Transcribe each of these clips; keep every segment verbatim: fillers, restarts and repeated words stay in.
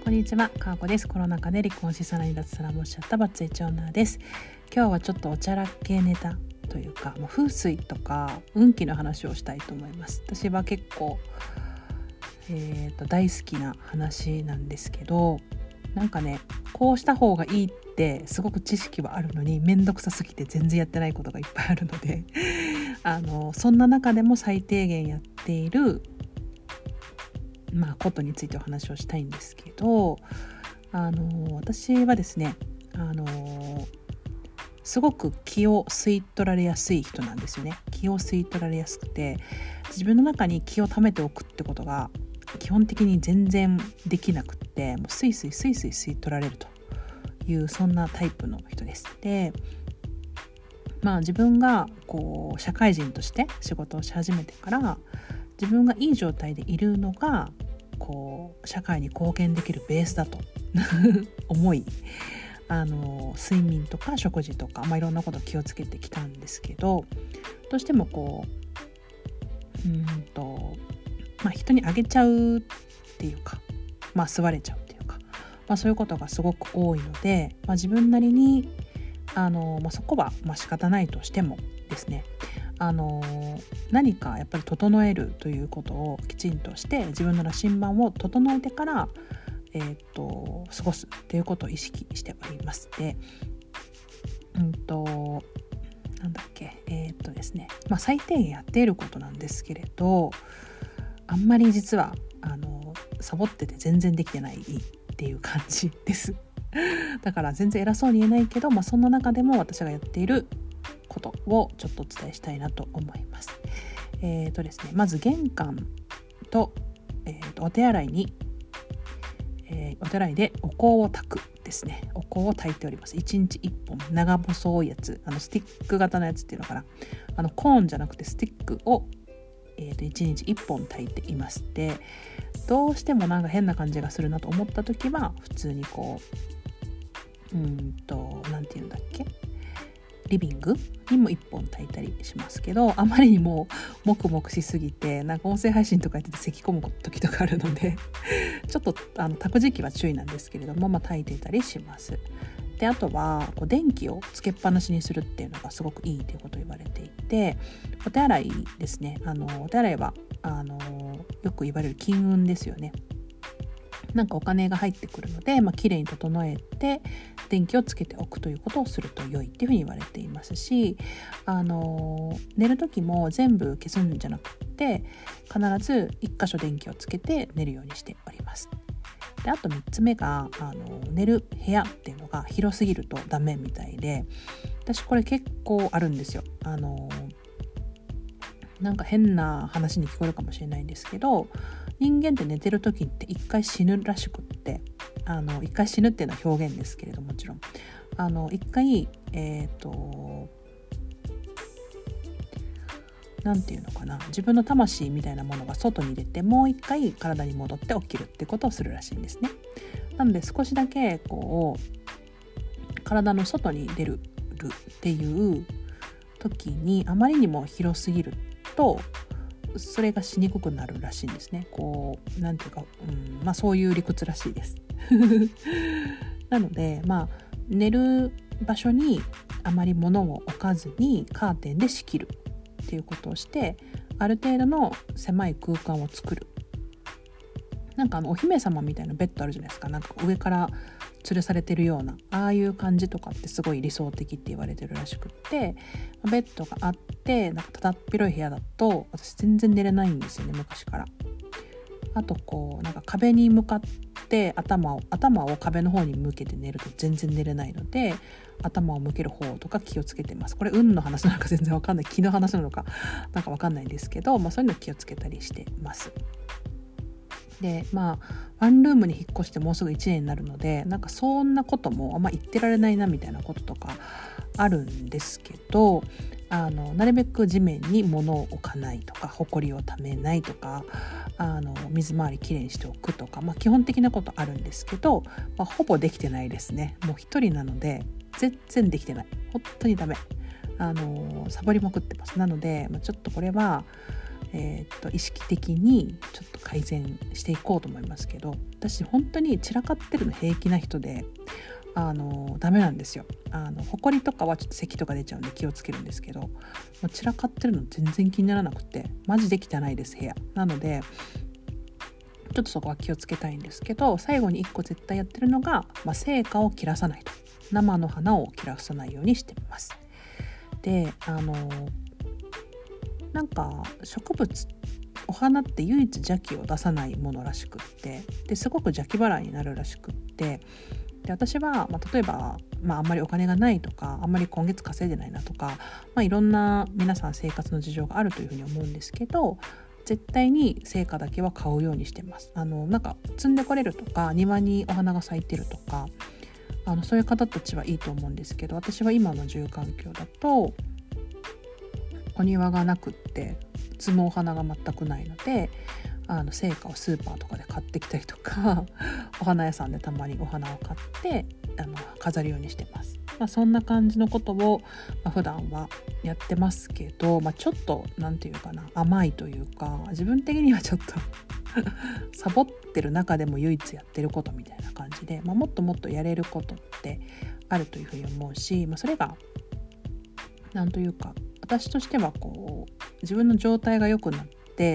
こんにちは、かーこです。コロナ禍で離婚しさらに脱サラもしちゃったバツイチ女です。今日はちょっとおちゃらけネタというか、風水とか運気の話をしたいと思います。私は結構、えー、と大好きな話なんですけど、なんかね、こうした方がいいってすごく知識はあるのにめんどくさすぎて全然やってないことがいっぱいあるのであのそんな中でも最低限やっているまあ、ことについてお話をしたいんですけど、あの私はですね、あのすごく気を吸い取られやすい人なんですよね。気を吸い取られやすくて、自分の中に気を溜めておくってことが基本的に全然できなくって、もうスイスイスイスイ吸い取られるというそんなタイプの人です。で、まあ自分がこう社会人として仕事をし始めてから自分がいい状態でいるのがこう社会に貢献できるベースだと思い、あの睡眠とか食事とか、まあ、いろんなこと気をつけてきたんですけど、どうしてもこううんと、まあ、人にあげちゃうっていうか、まあ、吸われちゃうっていうか、まあ、そういうことがすごく多いので、まあ、自分なりにあの、まあ、そこはまあ仕方ないとしてもですね、あの何かやっぱり整えるということをきちんとして自分の羅針盤を整えてから、えー、と過ごすということを意識しております。で、うんとなんだっけえっ、とですね、まあ、最低限やっていることなんですけれど、あんまり実はあのサボってて全然できてないっていう感じです。だから全然偉そうに言えないけど、まあ、そんな中でも私がやっていることをちょっとお伝えしたいなと思います。えーとですね、まず玄関と、えーとお手洗いに、えー、お手洗いでお香を焚くですね。お香を焚いております。いちにちいっぽん長細いやつ、あのスティック型のやつっていうのかな、あのコーンじゃなくてスティックを、えーといちにちいっぽん焚いています。で、どうしてもなんか変な感じがするなと思った時は普通にこううんとなんていうんだっけリビングにもいっぽん焚いたりしますけど、あまりにももくもくしすぎてなんか音声配信とかやってて咳込む時とかあるのでちょっとあの焚く時期は注意なんですけれども、まあ、焚いていたりします。で、あとはこう電気をつけっぱなしにするっていうのがすごくいいということを言われていて、お手洗いですね、あのお手洗いはあのよく言われる金運ですよね。なんかお金が入ってくるので、まあ、きれいに整えて電気をつけておくということをすると良いっていうふうに言われていますし、あの寝る時も全部消すんじゃなくて必ず一箇所電気をつけて寝るようにしております。で、あとみっつめがあの寝る部屋っていうのが広すぎるとダメみたいで、私これ結構あるんですよ。あのなんか変な話に聞こえるかもしれないんですけど、人間って寝てる時って一回死ぬらしくって、あの一回死ぬっていうのは表現ですけれどもちろんあの一回えっ、ー、となんていうのかな、自分の魂みたいなものが外に出てもう一回体に戻って起きるってことをするらしいんですね。なので少しだけこう体の外に出るっていう時にあまりにも広すぎるとそれがしにくくなるらしいんですね。こうなんていうか、うん、まあそういう理屈らしいですなので、まあ寝る場所にあまり物を置かずにカーテンで仕切るっていうことをして、ある程度の狭い空間を作る。なんかあのお姫様みたいなベッドあるじゃないですか。なんか上から吊るされてるようなああいう感じとかってすごい理想的って言われてるらしくって、ベッドがあってなんかただっ広い部屋だと私全然寝れないんですよね、昔から。あとこうなんか壁に向かって頭を頭を壁の方に向けて寝ると全然寝れないので、頭を向ける方とか気をつけてます。これ運の話なのか全然わかんない、気の話なのかなんかわかんないんですけど、まあ、そういうの気をつけたりしてます。で、まあワンルームに引っ越してもうすぐいちねんになるので、なんかそんなこともあんま言ってられないなみたいなこととかあるんですけど、あのなるべく地面に物を置かないとか、埃をためないとか、あの水回りきれいにしておくとか、まあ、基本的なことあるんですけど、まあ、ほぼできてないですね。もう一人なので全然できてない、本当にダメ、あのサボりまくってます。なので、まあ、ちょっとこれはえー、っと意識的にちょっと改善していこうと思いますけど、私本当に散らかってるの平気な人で、あのダメなんですよ。あのほこりとかはちょっと咳とか出ちゃうんで気をつけるんですけど、もう散らかってるの全然気にならなくて、マジで汚いです部屋なので、ちょっとそこは気をつけたいんですけど、最後にいっこ絶対やってるのが、まあ、生花を切らさないと、生の花を切らさないようにしてます。で、あのなんか植物お花って唯一邪気を出さないものらしくって、ですごく邪気払いになるらしくって、で私は、まあ、例えば、まあ、あんまりお金がないとか、あんまり今月稼いでないなとか、まあ、いろんな皆さん生活の事情があるというふうに思うんですけど、絶対に生花だけは買うようにしてます。あのなんか摘んでこれるとか、庭にお花が咲いてるとか、あのそういう方たちはいいと思うんですけど、私は今の住環境だとお庭がなくって摘むお花が全くないので、あの生花をスーパーとかで買ってきたりとかお花屋さんでたまにお花を買ってあの飾るようにしてます。まあ、そんな感じのことを、まあ、普段はやってますけど、まあ、ちょっとなんていうかな、甘いというか、自分的にはちょっとサボってる中でも唯一やってることみたいな感じで、まあ、もっともっとやれることってあるというふうに思うし、まあ、それがなんというか、私としてはこう自分の状態が良くなって、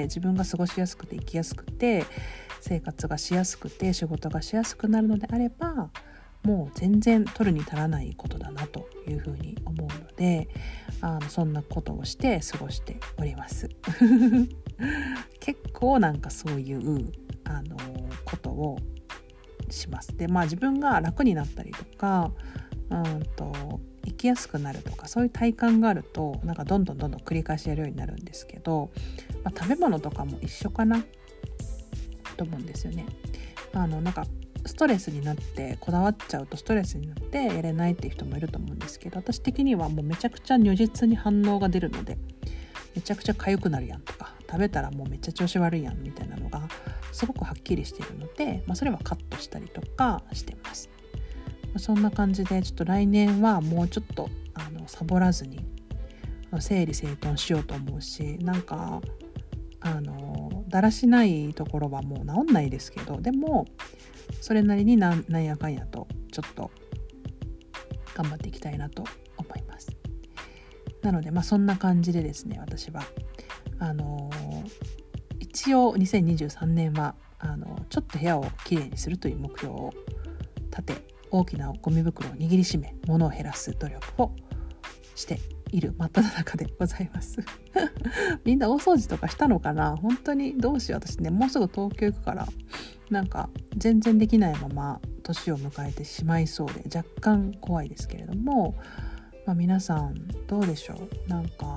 自分が過ごしやすくて生きやすくて生活がしやすくて仕事がしやすくなるのであれば、もう全然取るに足らないことだなというふうに思うので、あのそんなことをして過ごしております結構なんかそういうあのことをします。で、まあ自分が楽になったりとか、うんと生きやすくなるとか、そういう体感があると、なんかどんどんどんどん繰り返しやるようになるんですけど、まあ、食べ物とかも一緒かなと思うんですよね。あのなんかストレスになってこだわっちゃうとストレスになってやれないっていう人もいると思うんですけど、私的にはもうめちゃくちゃ如実に反応が出るので、めちゃくちゃ痒くなるやんとか、食べたらもうめっちゃ調子悪いやんみたいなのがすごくはっきりしているので、まあ、それはカットしたりとかしてます。そんな感じで、ちょっと来年はもうちょっとあのサボらずに整理整頓しようと思うし、なんかあのだらしないところはもう治んないですけど、でもそれなりにな ん, なんやかんやとちょっと頑張っていきたいなと思います。なので、まあ、そんな感じでですね、私はあの一応にせんにじゅうさんねんはあのちょっと部屋をきれいにするという目標を立て、大きなゴミ袋を握りしめ、物を減らす努力をしている真っ只中でございますみんな大掃除とかしたのかな。本当にどうしよう、私ねもうすぐ東京行くから、なんか全然できないまま年を迎えてしまいそうで若干怖いですけれども、まあ、皆さんどうでしょう。なんか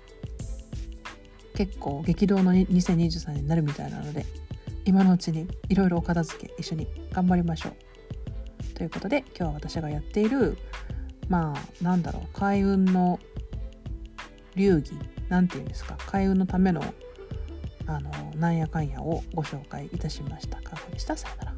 結構激動のにせんにじゅうさんねんになるみたいなので、今のうちにいろいろお片付け一緒に頑張りましょうということで、今日は私がやっている、まあなんだろう、開運の流儀、なんていうんですか、開運のためのあのなんやかんやをご紹介いたしました。かがでした。さよなら。